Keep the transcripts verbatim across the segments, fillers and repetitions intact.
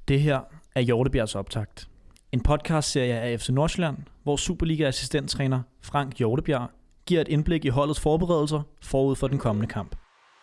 Det her er Hjortebjergs optakt. En podcastserie af F C Nordsjælland, hvor Superliga-assistenttræner Frank Hjortebjerg giver et indblik i holdets forberedelser forud for den kommende kamp.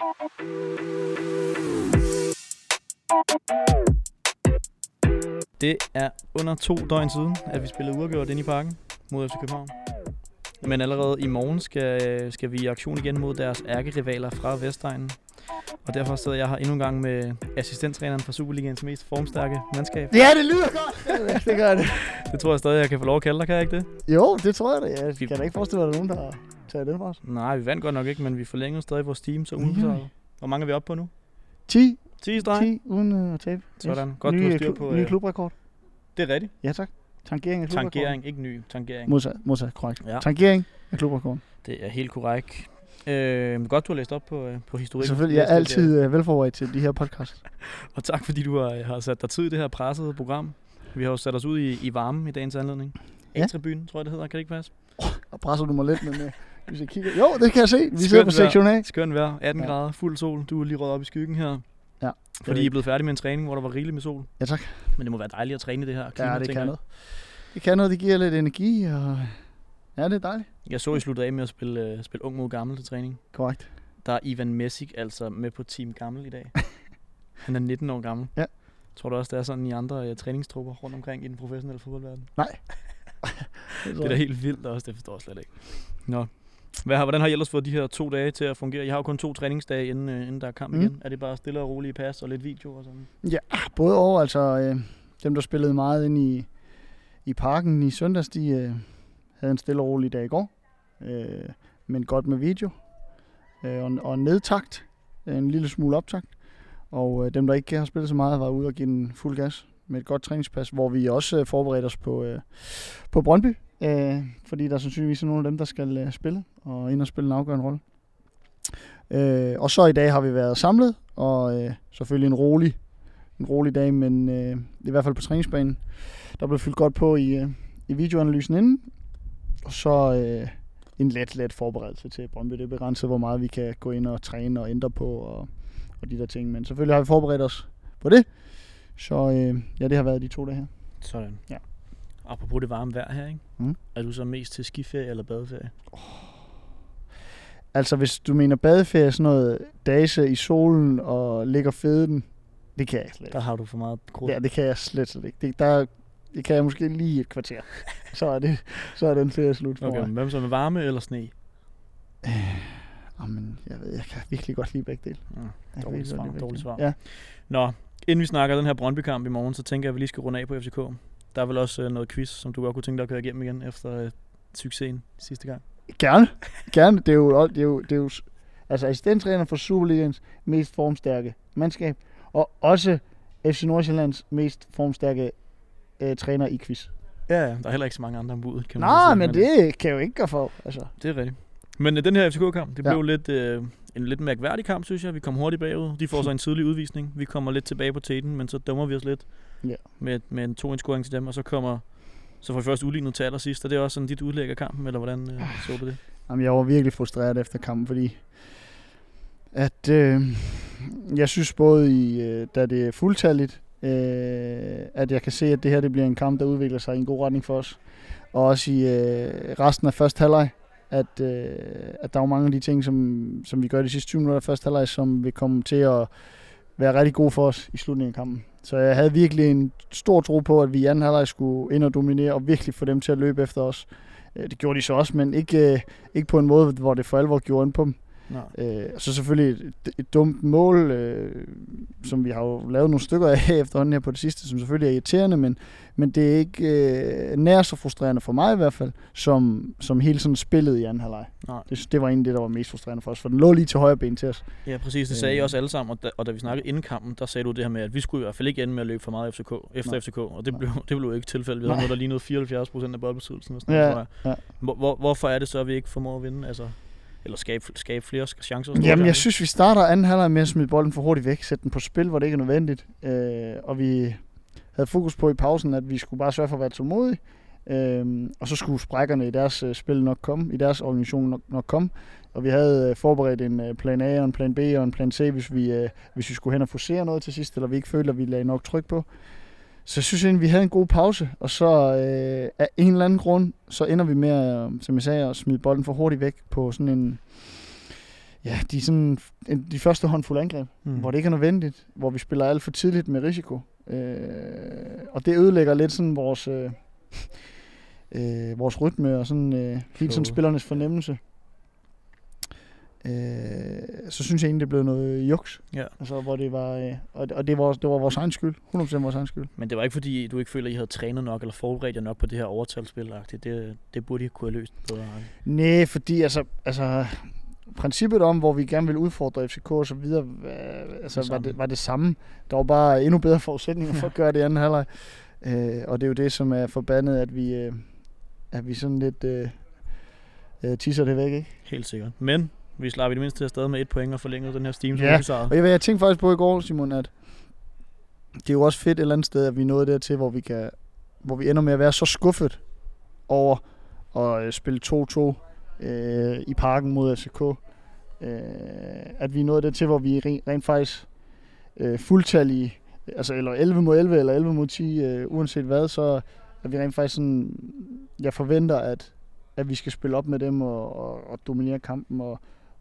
Det er under to døgn siden, at vi spillede uafgjort inde i parken mod F C København. Men allerede i morgen skal, skal vi i aktion igen mod deres ærkerivaler fra Vestegnen. Og derfor sidder jeg her endnu en gang med assistenttræneren for Superligaens mest formstærke mandskab. Ja, det lyder godt! Det gør det. Det tror jeg stadig, jeg kan få lov at kalde dig, kan jeg ikke det? Jo, det tror jeg da. Jeg kan da ikke forestille mig, at der er nogen, der har taget den fra os. Nej, vi vandt godt nok ikke, men vi forlænger stadig vores team, så uden så. Hvor mange er vi oppe på nu? ti. ti i streg? ti uden at tabe. Sådan. Godt, nye, du har styr på... Ny øh... klubrekord. Det er rigtigt. Ja, tak. Tangering af klubrekord. Tangering, ikke ny. Tangering. Modsat, modsat, korrekt. Ja. Tangering af klubrekord. Det er helt korrekt. Øh, godt, du har læst op på, på historik. Selvfølgelig, jeg er altid uh, velforberedt til de her podcasts. Og tak, fordi du har, har sat dig tid i det her pressede program. Vi har jo sat os ud i, i varmen i dagens anledning. Ja. A-tribunen, tror jeg, det hedder. Kan det ikke passe? Oh, og presser du mig lidt, men uh, hvis jeg kigger... Jo, det kan jeg se. Vi Skønt sidder på sektion A. Skønt vejr. atten ja. grader, fuld sol. Du er lige røget op i skyggen her. Ja. Fordi I er blevet færdige med en træning, hvor der var rigeligt med sol. Ja, tak. Men det må være dejligt at træne det her klima, ja, det kan noget. Det kan noget, det giver lidt energi, og ja, det er dejligt. Jeg så, I sluttede af med at spille, uh, spille ung mod gammel til træning. Korrekt. Der er Ivan Messick altså med på Team Gammel i dag. Han er nitten år gammel. Ja. Tror du også, der er sådan i andre uh, træningstrupper rundt omkring i den professionelle fodboldverden? Nej. det, det er da helt vildt også, det forstår jeg slet ikke. Nå. Hvad har, hvordan har I ellers fået de her to dage til at fungere? Jeg har jo kun to træningsdage, inden, uh, inden der er kamp mm. igen. Er det bare stille og roligt pas og lidt video og sådan? Ja, både over. Altså, øh, dem, der spillede meget ind i, i parken i søndags, de øh, havde en stille og rolig dag i går. Øh, men godt med video. Og, og nedtakt, en lille smule optakt. Og øh, dem, der ikke har spillet så meget, var ude og give den fuld gas med et godt træningspas, hvor vi også øh, forberedte os på, øh, på Brøndby, øh, fordi der sandsynligvis er nogle af dem, der skal øh, spille, og ind og spille en afgørende rolle. Øh, og så i dag har vi været samlet, og øh, selvfølgelig en rolig, en rolig dag, men øh, i hvert fald på træningsbanen. Der blev fyldt godt på i, øh, i videoanalysen inden, og så... Øh, en let, let forberedelse til Brøndby. Det er begrænset, hvor meget vi kan gå ind og træne og ændre på og, og de der ting. Men selvfølgelig har vi forberedt os på det. Så øh, ja, det har været de to dage her. Sådan. Ja. Apropos det varme vejr her, ikke? Mm. Er du så mest til skiferie eller badeferie? Oh. Altså, hvis du mener badeferie, sådan noget dase i solen og ligger feden, det kan jeg slet ikke. Der har du for meget krudt. Ja, det kan jeg slet, slet ikke. Det, der, det kan jeg måske lige et kvarter. Så er, det, så er den ferie slut for okay, mig. Hvem så med varme eller sne? Øh, jamen, jeg ved, jeg kan virkelig godt lide begge dele. Ja, dårligt svar, dårligt svar. Ja. Nå, inden vi snakker den her Brøndby-kamp i morgen, så tænker jeg, at vi lige skal runde af på F C K. Der er vel også uh, noget quiz, som du godt kunne tænke dig at køre igennem igen efter uh, succesen sidste gang. Gerne. Gerne. Det er jo, det er jo, det er jo altså assistenttræner for Superligaens mest formstærke mandskab, og også F C Nordsjællands mest formstærke uh, træner i quiz. Ja, ja, der er heller ikke så mange andre ombud, kan man Nej, sige. men det kan jo ikke gøre for. Altså. Det er rigtigt. Men uh, den her F C K-kamp, det ja. blev lidt, uh, en lidt mærkværdig kamp, synes jeg. Vi kom hurtigt bagud. De får så en tidlig udvisning. Vi kommer lidt tilbage på teten, men så dømmer vi os lidt ja. med, med en to-indscoring til dem, og så kommer så får vi først udlignet til allersidst. Og det er også sådan dit udlæg af kampen, eller hvordan uh, så du det? Jamen, jeg var virkelig frustreret efter kampen, fordi at øh, jeg synes både i, øh, da det er fuldtalligt, øh, at jeg kan se, at det her det bliver en kamp, der udvikler sig i en god retning for os. Og også i øh, resten af første halvleg, at, øh, at der er mange af de ting, som, som vi gør de sidste tyve minutter af første halvleg, som vil komme til at være rigtig gode for os i slutningen af kampen. Så jeg havde virkelig en stor tro på, at vi i anden halvleg skulle ind og dominere, og virkelig få dem til at løbe efter os. Det gjorde de så også, men ikke, ikke på en måde, hvor det for alvor gjorde ind på dem. Øh, så selvfølgelig et, et dumt mål, øh, som vi har jo lavet nogle stykker af efterhånden her på det sidste, som selvfølgelig er irriterende, men, men det er ikke øh, nær så frustrerende for mig i hvert fald, som, som hele sådan spillet i anden halvleg. Det, det var egentlig det, der var mest frustrerende for os, for den lå lige til højre ben til os. Ja, præcis. Det sagde I også alle sammen, og da, og da vi snakkede inden kampen, der sagde du det her med, at vi skulle i hvert fald ikke ende med at løbe for meget F C K, efter Nej. F C K, og det blev, det blev jo ikke tilfældet. Vi havde noget, der lignede fireoghalvfjerds procent af boldbesiddelsen. Ja, ja. Hvor, hvor, hvorfor er det så, at vi ikke formår at vinde? Altså, eller skabe, skabe flere chancer? Jamen, jeg synes, vi starter anden halvleg med at smide bolden for hurtigt væk, sætte den på spil, hvor det ikke er nødvendigt. Øh, og vi havde fokus på i pausen, at vi skulle bare sørge for at være tålmodige. Øh, og så skulle sprækkerne i deres uh, spil nok komme, i deres organisation nok, nok komme. Og vi havde uh, forberedt en uh, plan A og en plan B og en plan C, hvis vi, uh, hvis vi skulle hen og forcere noget til sidst, eller vi ikke følte, at vi lagde nok tryk på. så jeg synes egentlig, vi havde en god pause, og så øh, af en eller anden grund, så ender vi med, at, som jeg sagde, at smide bolden for hurtigt væk på sådan en, ja, de, sådan, en, de første håndfulde angreb, mm. hvor det ikke er nødvendigt, hvor vi spiller alt for tidligt med risiko. Øh, og det ødelægger lidt sådan vores, øh, øh, vores rytme og sådan, øh, helt sådan spillernes fornemmelse. Øh, så synes jeg egentlig, det blev noget juks. Ja. Altså, hvor det var, øh, og, det, og det, var, det var vores egen skyld. hundrede procent vores egen skyld. Men det var ikke fordi, du ikke føler, at I havde trænet nok, eller forberedt jer nok på det her overtalsspil? Det, det burde I kunne have løst bedre. Nej, fordi altså, altså, princippet om, hvor vi gerne ville udfordre F C K og så videre, altså, det var, det, var det samme. Der var bare endnu bedre forudsætninger for at gøre det i anden halvleg. Øh, og det er jo det, som er forbandet, at vi, øh, at vi sådan lidt øh, øh, tisser det væk, ikke? Helt sikkert. Men vi slap i det mindste afsted med et point og forlængede den her steam, som ja, vi og jeg, jeg tænkte faktisk på i går, Simon, at det er jo også fedt et eller andet sted, at vi nåede dertil, hvor vi, kan, hvor vi ender med at være så skuffet over at spille to-to øh, i parken mod F C K. Øh, at vi er nået dertil, hvor vi rent, rent faktisk øh, fuldtallige, altså eller elleve mod elleve eller elleve mod ti, øh, uanset hvad, så er vi rent faktisk sådan, jeg forventer, at, at vi skal spille op med dem og, og, og dominere kampen og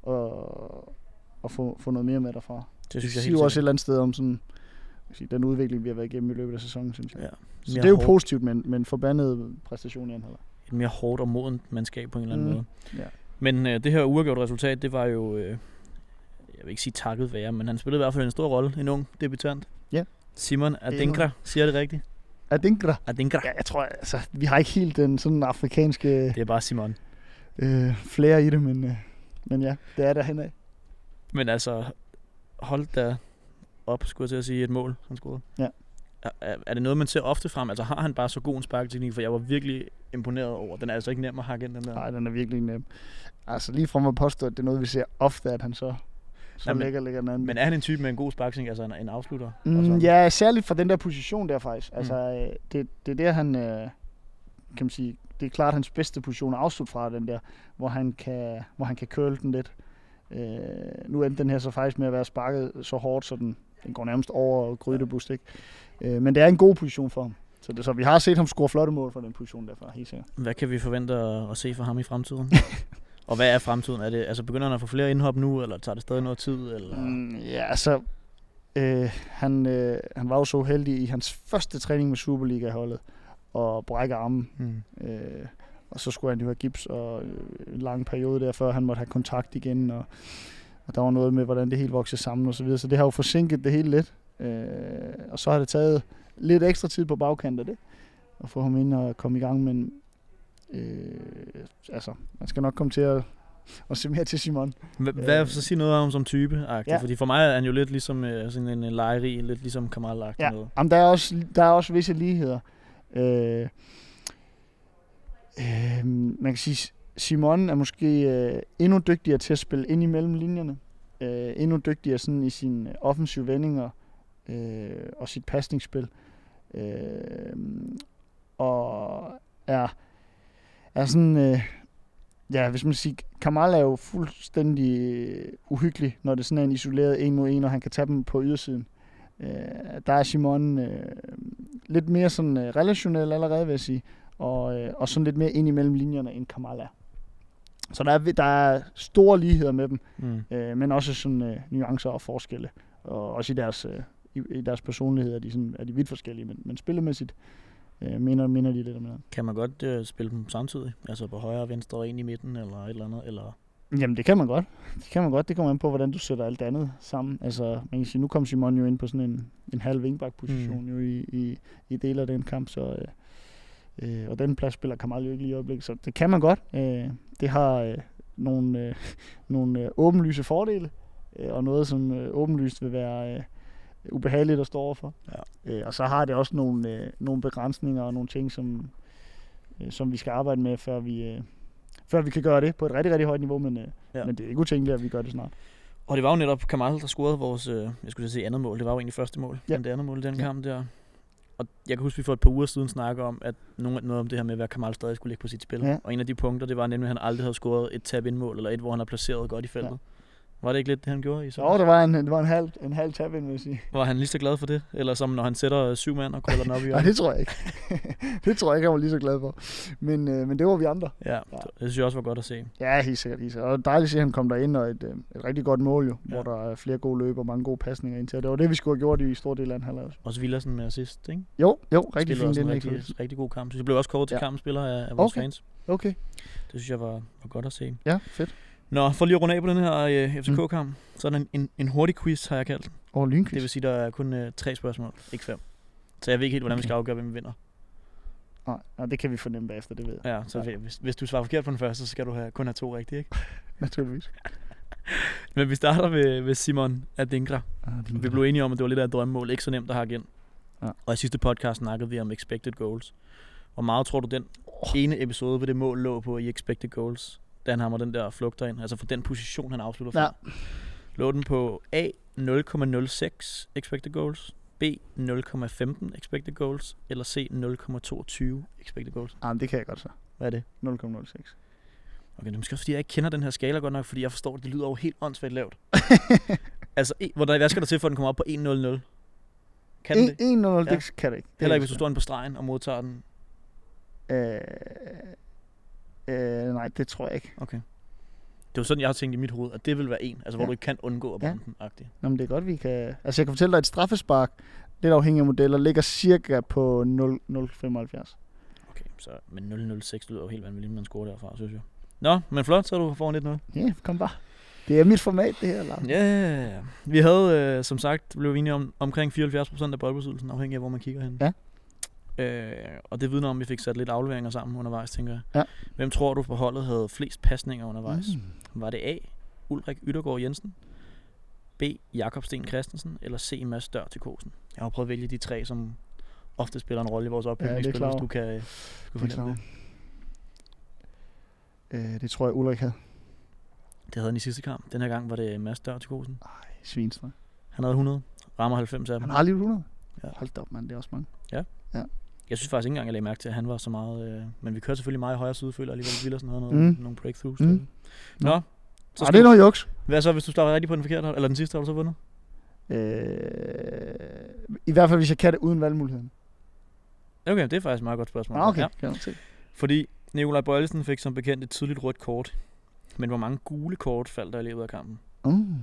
og, og få, få noget mere med derfra. Det synes jeg siger jo også et eller andet sted om sådan, sige, den udvikling, vi har været igennem i løbet af sæsonen, synes jeg. Ja. Så det er jo hårdt. Positivt, men, men forbandet præstation i anden halvleg. Et mere hårdt og modent mandskab på en eller anden mm. måde. Ja. Men øh, det her uafgjort resultat, det var jo, øh, jeg vil ikke sige takket være, men han spillede i hvert fald en stor rolle, en ung debutant. Ja. Simon Adinkra, siger det rigtigt? Adinkra? Adinkra. Ja, jeg tror, altså, vi har ikke helt den sådan afrikanske... Det er bare Simon. Øh, flere i det, men... Øh, Men ja, det er der henad. Men altså, hold da op, skulle jeg til at sige, et mål, han scorede. Ja. Er, er det noget, man ser ofte frem? Altså har han bare så god en sparketeknik? For jeg var virkelig imponeret over. Den er altså ikke nem at hakke ind, den der. Nej, den er virkelig nem. Altså lige fra at påstå, at det er noget, vi ser ofte, at han så, så ja, men, lægger, lægger den anden. Men er han en type med en god sparketeknik, altså en, en afslutter? Mm, ja, særligt fra den der position der faktisk. Mm. Altså, det, det er der, han... kan man sige, det er klart hans bedste position at afslutte fra, den der, hvor han kan, hvor han kan curle den lidt. Øh, nu endte den her så faktisk med at være sparket så hårdt, så den, den går nærmest over grydebust, ikke? Øh, men det er en god position for ham. Så, det, så vi har set ham score flotte mål fra den position derfra, helt sikkert. Hvad kan vi forvente at, at se fra ham i fremtiden? Og hvad er fremtiden? Er det, altså begynder han at få flere indhop nu, eller tager det stadig noget tid? Eller? Mm, ja, altså, øh, han, øh, han var jo så heldig i hans første træning med Superliga-holdet, og brække armen. Mm. Øh, og så skulle han jo have gips og en lang periode der, før han måtte have kontakt igen, og, og der var noget med, hvordan det hele voksede sammen og så videre. Så det har jo forsinket det hele lidt. Øh, og så har det taget lidt ekstra tid på bagkant af det, at få ham ind og komme i gang, men øh, altså, man skal nok komme til at, at se mere til Simon. Hvad øh, så sige noget om ham som type? Ja. Fordi for mig er han jo lidt ligesom sådan en, en legerig, lidt ligesom Kamal. Ja, jamen, der, er også, der er også visse ligheder. Øh, øh, man kan sige, Simon er måske øh, endnu dygtigere til at spille ind imellem linjerne, øh, endnu dygtigere sådan i sine offensive vendinger øh, og sit pasningsspil, øh, og er, er sådan, øh, ja, hvis man siger, Kamal er jo fuldstændig uhyggelig, når det sådan er en isoleret en mod en, og han kan tage dem på ydersiden. Øh, der er Simon øh, lidt mere sådan øh, relationel allerede, vil jeg sige, og, øh, og sådan lidt mere ind imellem linjerne, end Kamal er. Så der er, der er store ligheder med dem, mm. øh, men også sådan øh, nuancer og forskelle, og også i deres, øh, i, i deres personlighed er de, sådan, er de vidt forskellige, men, men spillemæssigt øh, minder, minder de lidt om hinanden. Kan man godt øh, spille dem samtidig? Altså på højre og venstre og ind i midten, eller et eller andet? Eller? Jamen det kan man godt. Det kan man godt. Det kommer an på, hvordan du sætter alt andet sammen. Altså, man kan sige, nu kom Simon jo ind på sådan en, en halv wingback-position mm. jo i, i, i dele af den kamp, så, øh, og den plads spiller Kamal jo ikke lige i øjeblikket, så det kan man godt. Øh, det har øh, nogle, øh, nogle øh, åbenlyse fordele, øh, og noget, som øh, åbenlyst vil være øh, ubehageligt at stå overfor. Ja. Øh, og så har det også nogle, øh, nogle begrænsninger og nogle ting, som, øh, som vi skal arbejde med, før vi... Øh, før vi kan gøre det på et rigtig, rigtig højt niveau, men, ja. men det er ikke utænkeligt, at vi gør det snart. Og det var jo netop Kamal, der scorede vores, øh, jeg skulle sige andet mål, det var jo egentlig første mål, ja. men det andet mål i den ja. kamp der. Og jeg kan huske, vi for et par uger siden snakkede om, at noget om det her med, hvad Kamal stadig skulle lægge på sit spil. Ja. Og en af de punkter, det var nemlig, at han aldrig havde scoret et tap-in-mål, eller et, hvor han har placeret godt i feltet. Var det ikke lidt det, han gjorde i så? Jo, det var en, det var en halv, en halv tab-ind, vil jeg sige. Var han lige så glad for det? Eller som når han sætter syv mand og krøller den op i hjørnet? Nej, det tror jeg ikke. det tror jeg ikke, han var lige så glad for. Men, øh, men det var vi andre. Ja, ja, det synes jeg også var godt at se. Ja, helt sikkert. Helt sikkert. Og dejligt at se, at han kom derind, og et, et rigtig godt mål jo, ja. Hvor der er flere gode løb og mange gode pasninger ind til. Det var det, vi skulle have gjort i stor del af en halvleg. Også Villersen med assist, ikke? Jo, jo, rigtig fint. En rigtig, rigtig god kamp. Så det blev også kort til ja. kampspiller af, af vores okay. fans. Okay. Det synes jeg var, var godt at se. Ja, fedt. Nå, for lige at runde af på den her uh, F C K-kamp, mm. så er der en, en, en hurtig quiz, har jeg kaldt den. Åh, oh, lynquiz. Det vil sige, der er kun uh, tre spørgsmål, ikke fem. Så jeg ved ikke helt, hvordan okay. vi skal afgøre, hvem vi vinder. Nej, nej, det kan vi fornemme bagefter, det ved jeg. Ja, så ja. Hvis, hvis du svarer forkert på den første, så skal du have, kun have to rigtige, ikke? Naturligvis. Men vi starter ved, ved Simon Adingra. Ah, vi blev enige om, at det var lidt af et drømmemål, ikke så nemt at have igen. Ja. Og i sidste podcast snakkede vi om expected goals. Hvor meget tror du, den oh. ene episode ved det mål lå på i expected goals, da han hammer den der flugter ind, altså for den position, han afslutter fra? Ja. Lå den på A, nul komma nul seks expected goals, B, nul komma femten expected goals, eller C, nul komma toogtyve expected goals? Ah, det kan jeg godt så. Hvad er det? nul komma nul seks. Okay, det er måske også, fordi jeg ikke kender den her skala godt nok, fordi jeg forstår, at det lyder over helt åndssvagt lavt. altså, hvor der, hvad skal der til, for at den kommer op på en nul nul? Kan den det? en nul nul, ja. Det kan det ikke. Det Heller ikke, hvis du står inde på stregen og modtager den? Øh, øh, nej, det tror jeg ikke. Okay. Det var sådan, jeg har tænkt i mit hoved, at det vil være en, altså hvor ja. du ikke kan undgå at brænde den. Nå, men det er godt, vi kan... Altså, jeg kan fortælle dig, et straffespark, lidt afhængig af modeller, ligger cirka på nul komma femoghalvfjerds. Okay, så men nul komma nul seks lyder jo helt vanvittigt, man scorer derfra, synes jeg. Nå, men flot, så er du foran et nul. Ja, yeah, kom bare. Det er mit format, det her, Lars. Ja, yeah. Vi havde, øh, som sagt, blev vi enige om omkring fireoghalvfjerds procent af boldbesiddelsen, afhængig af, hvor man kigger hen. Ja. Øh, og det vidner om, at vi fik sat lidt afleveringer sammen undervejs, tænker jeg. Ja. Hvem tror du på holdet havde flest pasninger undervejs? Mm. Var det A, Ulrik Yttergaard Jensen, B, Jakob Sten Christensen, eller C, Mads Dør til Kosen? Jeg har prøvet at vælge de tre, som ofte spiller en rolle i vores opbygningsspil, ja, hvis du kan fornemme det. Øh, det tror jeg, Ulrik havde. Det havde han i sidste kamp. Den her gang var det Mads Dør til Kosen. Ej, svinstrøm. Han havde hundrede. Rammer halvfems af dem. Han har lige hundrede? Ja. Hold da op, mand. Det er også mange. Ja. Ja. Jeg synes faktisk ikke engang, jeg lagde mærke til, at han var så meget... Øh, men vi kørte selvfølgelig meget i højre side, føler alligevel. Villersen havde noget, mm. nogle breakthroughs. Mm. Nå. Så ah, det er noget juks. Hvad så, hvis du starter rigtigt på den forkerte, eller den sidste, har du så vundet? Øh, I hvert fald, hvis jeg kan det uden valgmuligheden. Okay, det er faktisk et meget godt spørgsmål. Ah, okay, ja. Fordi Nikolaj Bøjlesen fik som bekendt et tydeligt rødt kort. Men hvor mange gule kort faldt der i løbet af kampen? Mm.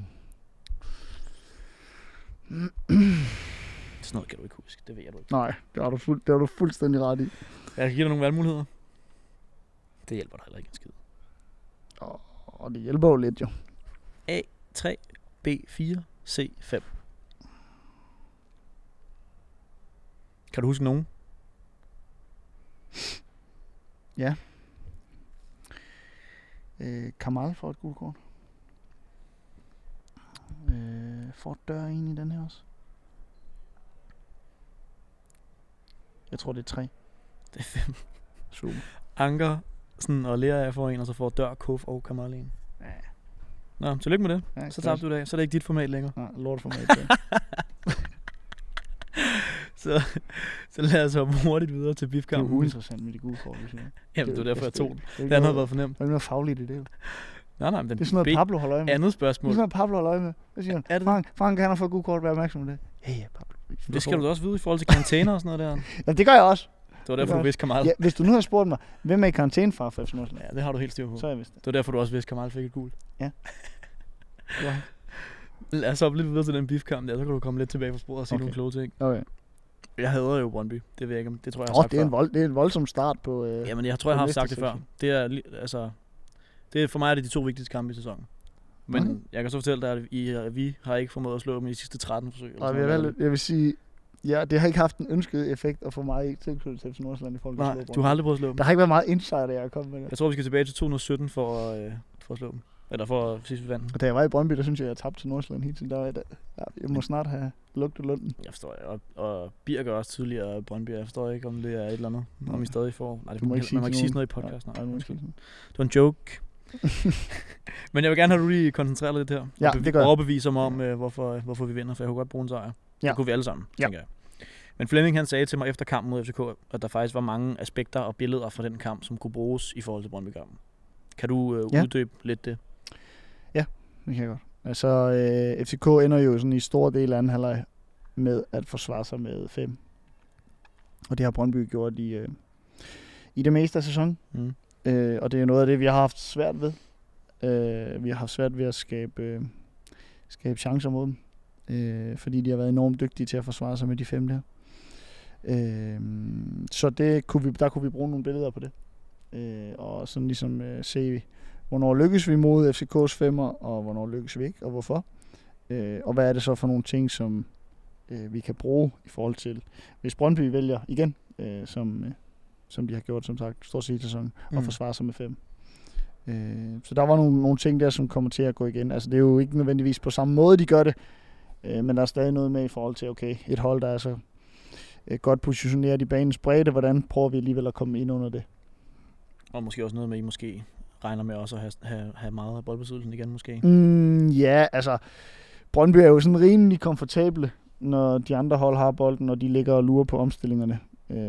Sådan noget kan du ikke huske, det ved jeg du ikke. Nej, det har du, fuld, det har du fuldstændig ret i. Jeg kan give dig nogle valgmuligheder. Det hjælper dig heller ikke en skid. Og det hjælper jo lidt, jo. A tre, B fire, C fem. Kan du huske nogen? Ja. Øh, Kamal får et gult kort. Øh, får Dør ind i den her også. Jeg tror, det er tre. Det er fem. Super. Anker sådan, og lærer jeg for en, og så får Dør, Kof og Kamal en. Ja. Nå, tillykke med det. Ja, så tabte du det af. Så er det ikke dit format længere. Nej, lortformat. så, så lad os hoppe hurtigt videre til bifkampen. Det er uinteressant med de gule kort, hvis jeg. Jamen, det er derfor, jeg tog den. Det andet har været fornemt. Det er noget fagligt i det. Nej, nej, men det er sådan noget, Pablo holder øje med. Andet spørgsmål. Det er sådan noget, Pablo holder øje med. Hvad siger han? Frank, Frank, han har fået gode kort, vær opmærksom på det. Ja, ja, Pablo. Det skal du da også vide i forhold til karantæner og sådan noget der. Jamen, det gør jeg også. Det var derfor, du vidste Kamal. Ja, hvis du nu har spurgt mig, hvem er i karantæne fra F C Nordsjælland? Ja, det har du helt styr på. Så har jeg vidst det. Det var derfor, du også vidste, Kamal fik et gult. Ja. Ja. Lad os hoppe lidt videre til den bifkamp der, så kan du komme lidt tilbage på sporet og sige okay. nogle kloge ting. Okay. Jeg hader jo Brøndby. Det ved jeg ikke, det tror jeg, jeg har oh, sagt det er en vold, det er en voldsom start på øh, Jamen, jeg tror, jeg har haft sagt det før. Det er, altså, det er, for mig er det de to vigtigste kampe i sæsonen. Men okay. jeg kan så fortælle dig, at I, at vi har ikke formået at slå dem i de sidste tretten forsøg. Og jeg, vil, jeg vil sige, ja, det har ikke haft en ønsket effekt at få mig tilknyttet til F C Nordsjælland i forhold til at slå Brøndby. Du har aldrig prøvet at slå dem. Der har ikke været meget insider, jeg er kommet med det. Jeg tror, vi skal tilbage til to tusind og sytten for, øh, for at slå dem. Eller for at sidst vi vandt. Og da jeg var i Brøndby, der synes jeg, jeg tabte til Nordsjælland hele tiden. Der var jeg, der, ja, jeg må snart have lugtet lunden. Jeg forstår, og, og Birk gør også tidligere Brøndby. Jeg forstår ikke, om det er et eller andet. Mm. Om I stadig får... Nej, det må, ikke sige, man må ikke sige noget i podcasten. Nej, nej, det var en joke. Men jeg vil gerne have, at du lige koncentrerer lidt her. Ja, og det gør jeg. Overbevise mig om, øh, hvorfor, hvorfor vi vinder, for jeg kunne godt bruge en sejr. Ja. Det kunne vi alle sammen, ja. tænker jeg. Men Flemming, han sagde til mig efter kampen mod F C K, at der faktisk var mange aspekter og billeder fra den kamp, som kunne bruges i forhold til Brøndby-kampen. Kan du øh, ja. uddybe lidt det? Ja, det kan jeg godt. Altså, øh, F C K ender jo sådan i stor del af anden halvleg med at forsvare sig med fem. Og det har Brøndby gjort i, øh, i det meste af sæsonen. Mm. Øh, og det er noget af det, vi har haft svært ved. Øh, vi har haft svært ved at skabe, øh, skabe chancer mod dem. Øh, fordi de har været enormt dygtige til at forsvare sig med de fem der. Øh, så det kunne vi, der kunne vi bruge nogle billeder på det. Øh, og sådan ligesom øh, se, hvornår lykkes vi mod F C K's femmer, og hvornår lykkes vi ikke, og hvorfor. Øh, og hvad er det så for nogle ting, som øh, vi kan bruge i forhold til, hvis Brøndby vælger igen, øh, som, øh, som de har gjort, som sagt, stort set i sæsonen, mm. og forsvare sig med fem. Øh, så der var nogle, nogle ting der, som kommer til at gå igen. Altså det er jo ikke nødvendigvis på samme måde, de gør det, øh, men der er stadig noget med i forhold til, okay, et hold, der er så øh, godt positioneret i banens bredde, hvordan prøver vi alligevel at komme ind under det. Og måske også noget med, at I måske regner med også at have, have, have meget af boldbesiddelsen igen, måske? Mm, ja, altså, Brøndby er jo sådan rimelig komfortable, når de andre hold har bolden, og de ligger og lurer på omstillingerne,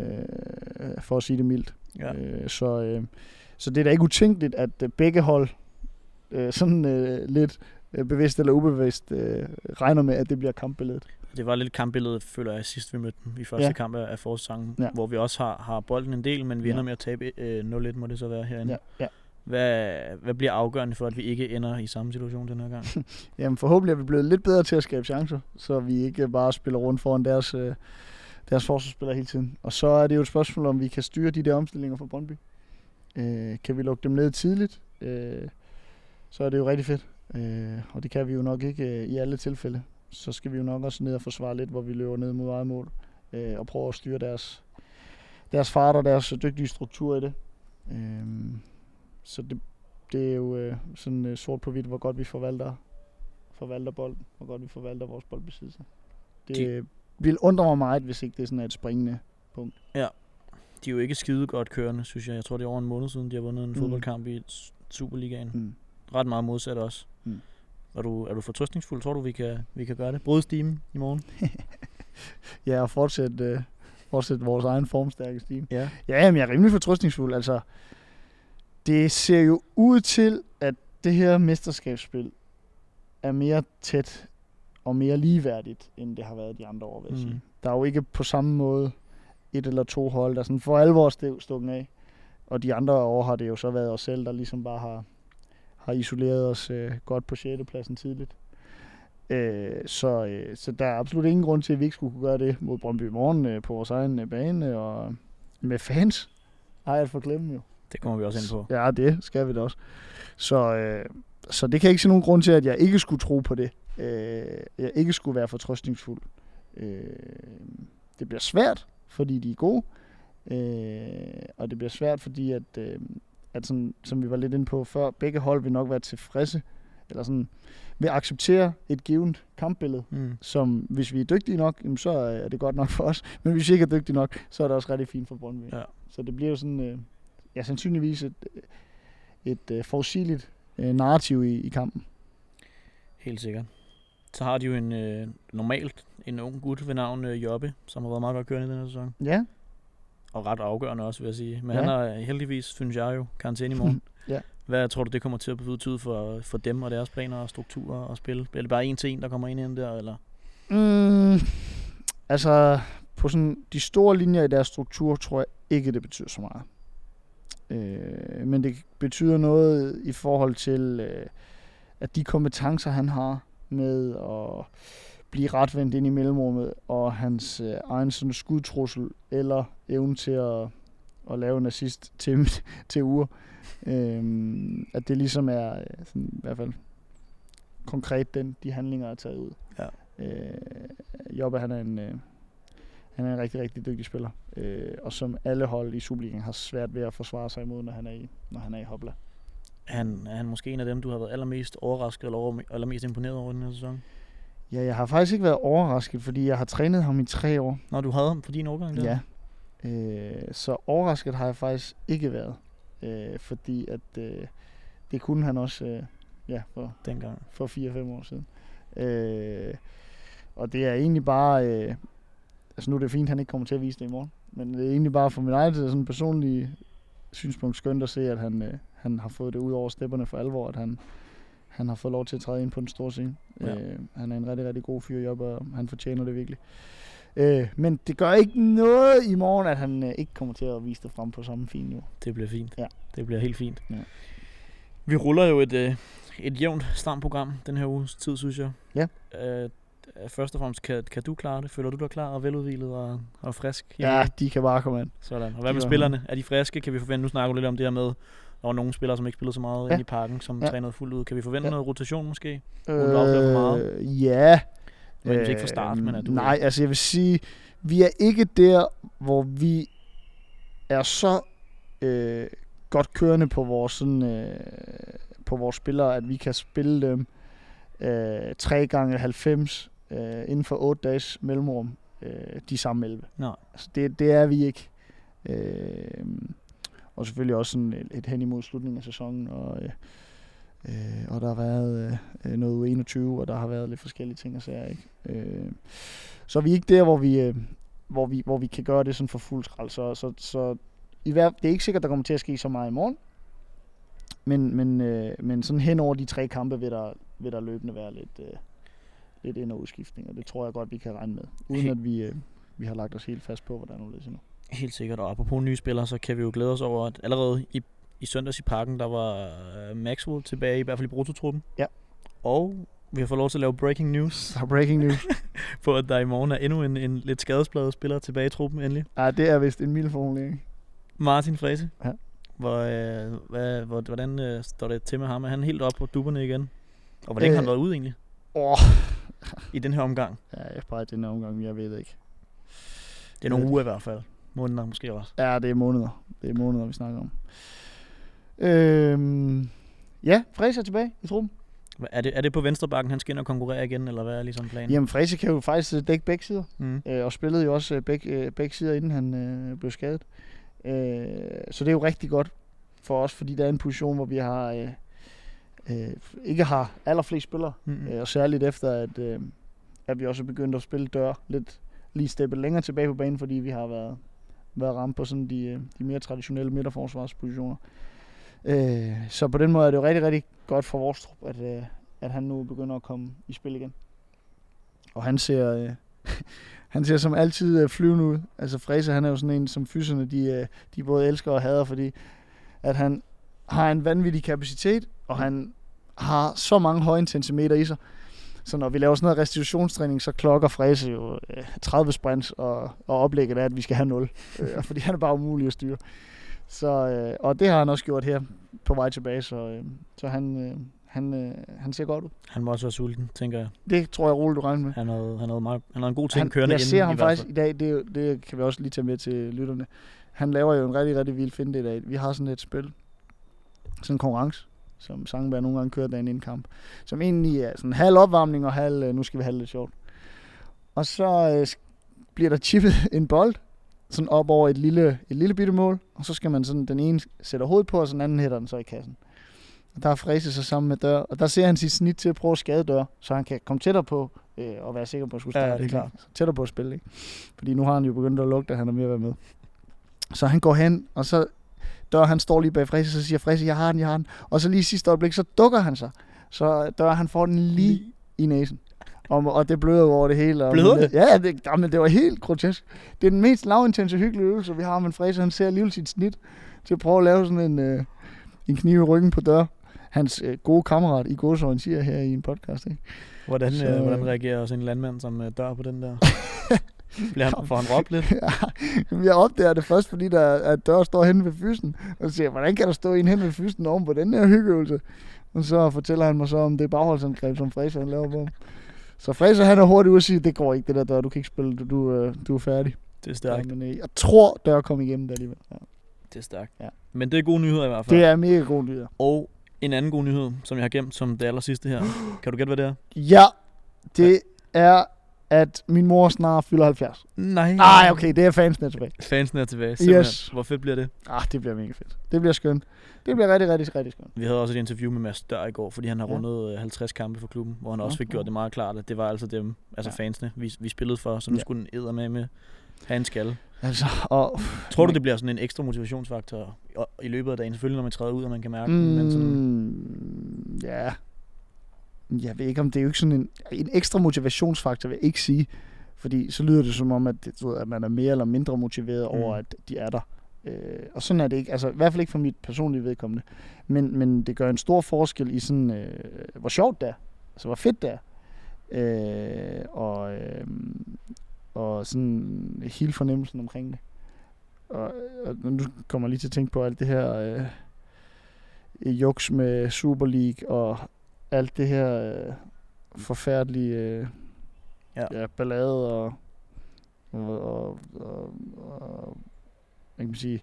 øh, for at sige det mildt. Ja. Øh, så, øh, så det er da ikke utænkeligt, at øh, begge hold øh, sådan øh, lidt øh, bevidst eller ubevidst øh, regner med, at det bliver kampbilledet. Det var lidt kampbilledet, føler jeg, sidst vi mødte dem i første ja. kamp af forårssæsonen, ja. hvor vi også har, har bolden en del, men vi ender ja. med at tabe øh, nul et, må det så være herinde. Ja. Ja. Hvad, hvad bliver afgørende for, at vi ikke ender i samme situation den her gang? Jamen forhåbentlig er vi blevet lidt bedre til at skabe chancer, så vi ikke bare spiller rundt foran deres, øh, deres forsvarsspillere hele tiden. Og så er det jo et spørgsmål, om vi kan styre de der omstillinger fra Brøndby. Øh, kan vi lukke dem ned tidligt, øh, så er det jo rigtig fedt. Øh, og det kan vi jo nok ikke øh, i alle tilfælde. Så skal vi jo nok også ned og forsvare lidt, hvor vi løber ned mod eget mål, øh, og prøve at styre deres, deres fart og deres dygtige struktur i det. Øh, så det, det er jo øh, sådan øh, sort på hvidt, hvor godt vi forvalter, forvalter bolden, hvor godt vi forvalter vores boldbesiddelse. Det de, vil undre mig meget, hvis ikke det er sådan et springende punkt. Ja, de er jo ikke skide godt kørende, synes jeg. Jeg tror, det er over en måned siden, de har vundet en mm. fodboldkamp i Superligaen. Mm. Ret meget modsat også. Mm. Er du, er du fortrøstningsfuld? Tror du, vi kan, vi kan gøre det? Bryde stimen i morgen? Ja, og fortsætte, øh, fortsætte vores egen formstærke stime. Ja, ja, men jeg er rimelig fortrøstningsfuld. Altså, det ser jo ud til, at det her mesterskabsspil er mere tæt og mere ligeværdigt, end det har været de andre år, vil jeg mm. sige. Der er jo ikke på samme måde et eller to hold, der sådan for alvor stukken af. Og de andre år har det jo så været os selv, der ligesom bare har, har isoleret os øh, godt på sjette pladsen tidligt. Øh, så, øh, så der er absolut ingen grund til, at vi ikke skulle kunne gøre det mod Brøndby i morgen øh, på vores egen øh, bane og med fans. Ej, at forglemme jo. Det kommer vi også ind på. Ja, det skal vi da også. Så, øh, så det kan jeg ikke se nogen grund til, at jeg ikke skulle tro på det. Øh, jeg ikke skulle være fortrøstningsfuld. Øh, det bliver svært, fordi de er gode. Øh, og det bliver svært, fordi at, øh, at sådan, som vi var lidt inde på før, begge hold vil nok være tilfredse, eller sådan, vil acceptere et givet kampbillede, mm. som hvis vi er dygtige nok, jamen, så er det godt nok for os. Men hvis vi ikke er dygtige nok, så er det også rigtig fint for Brøndby. Ja. Så det bliver jo sådan, øh, ja, sandsynligvis et, et øh, forudsigeligt øh, narrativ i, i kampen. Helt sikkert. Så har de jo en øh, normalt en ung gut ved navn øh, Jobbe, som har været meget godt kørende i den her sæson. Ja. Og ret afgørende også, vil jeg sige. Men ja. Han har heldigvis, synes jeg jo, karantæne i morgen. Ja. Hvad tror du, det kommer til at betyde for, for dem og deres planer og strukturer og spil? Er det bare en til en, der kommer ind ind der, eller? Mm, altså, på sådan de store linjer i deres struktur, tror jeg ikke, det betyder så meget. Øh, men det betyder noget i forhold til, øh, at de kompetencer, han har med at blive retvendt ind i mellemrummet, og hans øh, egen sådan skudtrussel, eller evnen til at, at lave en assist til, til uger. Øhm, at det ligesom er sådan, i hvert fald konkret den, de handlinger er taget ud. Ja. Øh, Jobbe, han er en øh, han er en rigtig, rigtig dygtig spiller, øh, og som alle hold i Superligaen har svært ved at forsvare sig imod, når han er i, når han er i hopla. Han, er han måske en af dem, du har været allermest overrasket eller over, allermest imponeret over den her sæson? Ja, jeg har faktisk ikke været overrasket, fordi jeg har trænet ham i tre år. Nå, du havde ham på din årgang der? Ja. Øh, så overrasket har jeg faktisk ikke været. Øh, fordi at øh, det kunne han også øh, ja, for, dengang for fire fem år siden. Øh, og det er egentlig bare, øh, altså nu er det fint, at han ikke kommer til at vise det i morgen, men det er egentlig bare for min egen sådan personlige synspunkt skønt at se, at han, øh, han har fået det ud over stepperne for alvor, at han, han har fået lov til at træde ind på den store scene. Ja. Øh, han er en rigtig, rigtig god fyr i op, og han fortjener det virkelig. Øh, men det gør ikke noget i morgen, at han øh, ikke kommer til at vise det frem på samme fine niveau. Det bliver fint. Ja. Det bliver helt fint. Ja. Vi ruller jo et, øh, et jævnt stramt program den her uges tid, synes jeg. Ja. Øh, først og fremmest, kan, kan du klare det? Føler du dig klar og veludvilet og, og frisk? Ja, de kan bare komme ind. Sådan. Og hvad med spillerne? Er de friske? Kan vi forvente? Nu snakker du lidt om det her med, der var nogle spillere, som ikke spillede så meget ja. inde i parken, som ja. trænede fuldt ud. Kan vi forvente ja. noget rotation måske? Øh, for meget? Ja. Men øh, ikke fra start, men er du... Nej, altså jeg vil sige, vi er ikke der, hvor vi er så øh, godt kørende på vores, sådan, øh, på vores spillere, at vi kan spille dem øh, tre gange halvfems øh, inden for otte dages mellemrum, øh, de samme elleve. Nej. Altså det, det er vi ikke. Øh, og selvfølgelig også sådan et, et hen imod slutningen af sæsonen, og, øh, øh, og der har været øh, noget U enogtyve, og der har været lidt forskellige ting og sager, ikke? Øh, så vi er ikke der, hvor vi, øh, hvor vi, hvor vi kan gøre det sådan for fuld skrald. Så, så, så i hver, det er ikke sikkert, der kommer til at ske så meget i morgen, men, men, øh, men sådan hen over de tre kampe vil der, vil der løbende være lidt, øh, lidt ind- og udskiftning, og det tror jeg godt, vi kan regne med, uden at vi, øh, vi har lagt os helt fast på, hvordan det er endnu. Helt sikkert, og apropos nye spillere, så kan vi jo glæde os over, at allerede i, i søndags i parken, der var uh, Maxwell tilbage, i hvert fald i brutotruppen. Ja. Og vi har fået lov til at lave breaking news. Der er breaking news. på at der i morgen er endnu en, en lidt skadespladet spiller tilbage i truppen endelig. Ja, det er vist en mild formulering. Martin Frese. Ja. Hvor, øh, hvad, hvor, hvordan øh, står det til med ham? Er han helt op på dupperne igen? Og hvordan øh, har han været ude egentlig? Åh. I den her omgang? Ja, bare i den her omgang, jeg ved ikke. Det er nogle uger i hvert fald. Måneder måske også. Ja, det er måneder. Det er måneder, vi snakker om. Øhm, ja, Frese er tilbage i truppen. Er det, er det på venstrebakken, han skal ind og konkurrere igen, eller hvad er ligesom planen? Jamen, Frese kan jo faktisk dække begge sider. Mm. Øh, og spillede jo også begge, begge sider, inden han øh, blev skadet. Øh, så det er jo rigtig godt for os, fordi der er en position, hvor vi har øh, øh, ikke har allerflest spillere. Mm. Øh, og særligt efter, at, øh, at vi også er begyndt at spille dør lidt lige steppet længere tilbage på banen, fordi vi har været, været ramt på sådan de, de mere traditionelle midterforsvarspositioner. Øh, så på den måde er det jo rigtig, rigtig godt for vores trup, at, øh, at han nu begynder at komme i spil igen. Og han ser, øh, han ser som altid øh, flyvende ud. Altså Frese, han er jo sådan en, som fysierne, de, øh, de både elsker og hader, fordi at han har en vanvittig kapacitet, og han har så mange højintensimeter i sig. Så når vi laver sådan noget restitutionstræning, så klokker Frese jo øh, tredive sprints, og, og oplægget er, at vi skal have nul. øh, fordi han er bare umulig at styre. Så, øh, og det har han også gjort her på vej tilbage, så, øh, så han, øh, han, øh, han ser godt ud. Han må også være sulten, tænker jeg. Det tror jeg roligt, du regner med. Han havde, han havde, meget, han havde en god ting han, kørende jeg inden. Jeg ser ham i faktisk i dag, det, det kan vi også lige tage med til lytterne. Han laver jo en rigtig, rigtig vild finte i dag. Vi har sådan et spil, sådan en konkurrence, som Sangenberg nogle gange kører dagen inden kamp, som egentlig er sådan halv opvarmning og halv, nu skal vi have lidt sjovt. Og så øh, bliver der chippet en bold, sådan op over et lille, et lille bitte mål, og så skal man sådan, den ene sætter hovedet på, og så den anden hætter den så i kassen. Og der er Frese sig sammen med Dør, og der ser han sit snit til at prøve at skade Dør, så han kan komme tættere på, øh, og være sikker på at skulle starte. Ja, det er klart. Tættere på at spille, ikke? Fordi nu har han jo begyndt at lugte, at han er med at være med. Så han går hen, og så Dør, han står lige bag Frese, så siger Frese, jeg har den, jeg har den. Og så lige i sidste øjeblik, så dukker han sig. Så Dør, han får den lige i næsen. Og, og det bløder over det hele. Og bløder det? Ja, det, jamen, det var helt grotesk. Det er den mest lavintense hyggelige øvelse, vi har, men Frese, han ser alligevel sit snit til at prøve at lave sådan en, øh, en kniv i ryggen på Dør. Hans øh, gode kammerat i gåsøjne siger her i en podcast, ikke? Hvordan, så, øh, hvordan reagerer også en landmand som øh, Dør på den der? Bliver han, får han råbt lidt? Ja, jeg opdager det først, fordi der er Dør står henne ved fysen, og så siger, hvordan kan der stå en hen ved fysen oven på den her hyggeøvelse? Og så fortæller han mig så om det bagholdsangreb, som Frese han laver på ham. Så Frese, han er hurtigt ude og siger, det går ikke det der Dør, du kan ikke spille, du, du, du er færdig. Det er stærkt. Ja, men jeg tror, Dør kom igennem det alligevel. Ja. Det er stærkt. Ja. Men det er gode nyheder i hvert fald. Det er mega gode nyheder. Og en anden god nyhed, som jeg har gemt som det aller sidste her. Kan du gætte, hvad det er? Ja, det er, at min mor snart fylder halvfjerds. Nej. Nej, okay, det er fansen er tilbage. Fansen er tilbage, simpelthen. Yes. Hvor fedt bliver det? Ah, det bliver mega fedt. Det bliver skønt. Det bliver rigtig, rigtig, rigtig skønt. Vi havde også et interview med Mads Dør i går, fordi han har ja. rundet halvtreds kampe for klubben, hvor han ja. også fik gjort det meget klart, at det var altså dem, altså ja. fansene, vi, vi spillede for, så nu ja. skulle den eddermame have en skalle. Altså, og, tror du, det bliver sådan en ekstra motivationsfaktor i løbet af dagen? Selvfølgelig, når man træder ud, og man kan mærke mm, den, men sådan... Ja, Jeg ved ikke, om det er jo ikke sådan en, en ekstra motivationsfaktor, vil jeg ikke sige. Fordi så lyder det som om, at, det, at man er mere eller mindre motiveret mm. over, at de er der. Øh, og sådan er det ikke. Altså i hvert fald ikke for mit personlige vedkommende. Men, men det gør en stor forskel i sådan, øh, hvor sjovt det er. Altså hvor fedt det er. Øh, og, øh, og sådan hele fornemmelsen omkring det. Og, og nu kommer jeg lige til at tænke på alt det her øh, juks med Super League og alt det her øh, forfærdelige øh, ja. Ja, ballade og, og, og, og, og hvad kan man sige,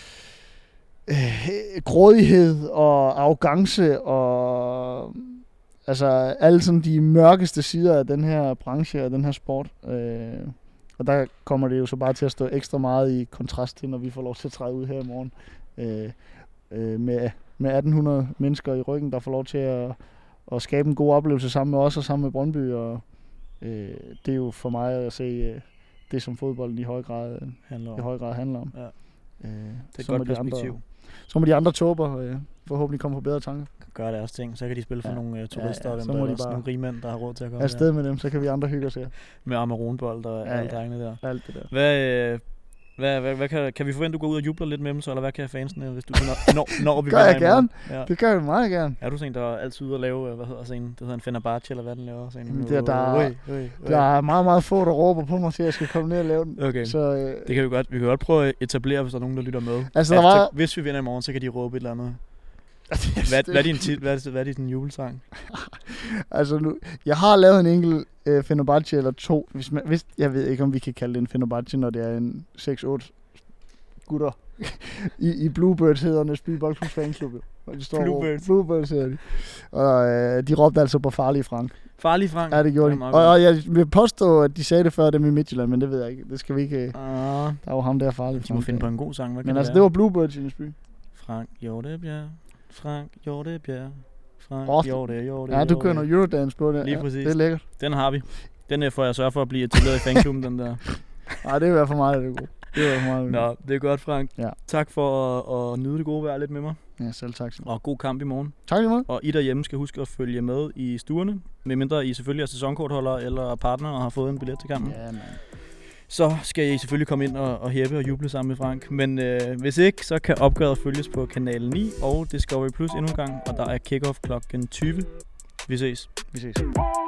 øh, grådighed og arrogance og altså alle sådan de mørkeste sider af den her branche og den her sport. Øh, og der kommer det jo så bare til at stå ekstra meget i kontrast til, når vi får lov til at træde ud her i morgen. Øh, øh, med, med atten hundrede mennesker i ryggen, der får lov til at, at skabe en god oplevelse sammen med os og sammen med Brøndby. Og øh, det er jo for mig at se øh, det, som fodbolden i høj grad handler om. I høj grad handler om. Ja. Øh, det er et godt perspektiv. Andre, så må de andre tåber øh, forhåbentlig komme på bedre tanker. Gøre deres ting, så kan de spille for ja. nogle uh, turister, ja, ja. og dem, der nogle rige mænd, der har råd til at komme afsted med dem, så kan vi andre hygge os her. Med Amaronbold og ja, alle ja. drengene der. Alt det der. Hvad, øh, hvad, hvad, hvad kan, kan vi forvente, at du går ud og jubler lidt med dem, så, eller hvad kan fansene, hvis du når, når, når vi gør jeg gerne. Ja. Det gør jeg meget gerne. Er du sådan en, der er altid ude at lave, hvad hedder sådan en, det hedder en Fenerbahce, eller hvad den laver? Sådan en, der, der, øh, øh, øh. der er meget, meget få, der råber på mig til, at jeg skal komme ned og lave den. Okay, så, øh, det kan vi godt. Vi kan godt prøve at etablere, hvis der er nogen, der lytter med. Altså, der var... Hvis vi vinder i morgen, så kan de råbe et eller andet. hvad, hvad er din tit, hvad er, hvad er din julesang? Altså nu, jeg har lavet en enkelt øh, Fenerbahce eller to. Hvis man, hvis, jeg ved ikke, om vi kan kalde det en Fenerbahce, når det er en seks otte gutter i, i Bluebirds hedder Næsby Boldklubs fanklub. Bluebirds. Bluebirds hedder de. Og øh, de råbte altså på Farlige Frank. Farlige Frank? Ja, det gjorde de. Og, og jeg vil påstå, at de sagde det før dem i Midtjylland, men det ved jeg ikke. Det skal vi ikke. Uh, der var ham der Farlige Frank. De må finde på en god sang. Hvad men altså, det var Bluebirds i Næsby. Frank Hjortebjerg. Frank Hjortebjerg. Frank Hjorte, Hjorte, ja, du kører noget Eurodance på det. Lige præcis. Ja, det er lækkert. Den har vi. Den får jeg sørge for at blive etableret i fanklubben, den der. Nej, det vil være for meget, det er godt. Det er for meget. Nå, det er godt, Frank. Ja. Tak for at, at nyde det gode vejr lidt med mig. Ja, selv tak. Og god kamp i morgen. Tak lige meget. Og I derhjemme skal huske at følge med i stuerne, medmindre I selvfølgelig er sæsonkortholder eller partner og har fået en billet til kampen. Ja, man. Så skal I selvfølgelig komme ind og, og hæppe og juble sammen med Frank. Men øh, hvis ikke, så kan opgøret følges på kanal ni og Discovery Plus endnu en gang. Og der er kick-off klokken tyve. Vi ses. Vi ses.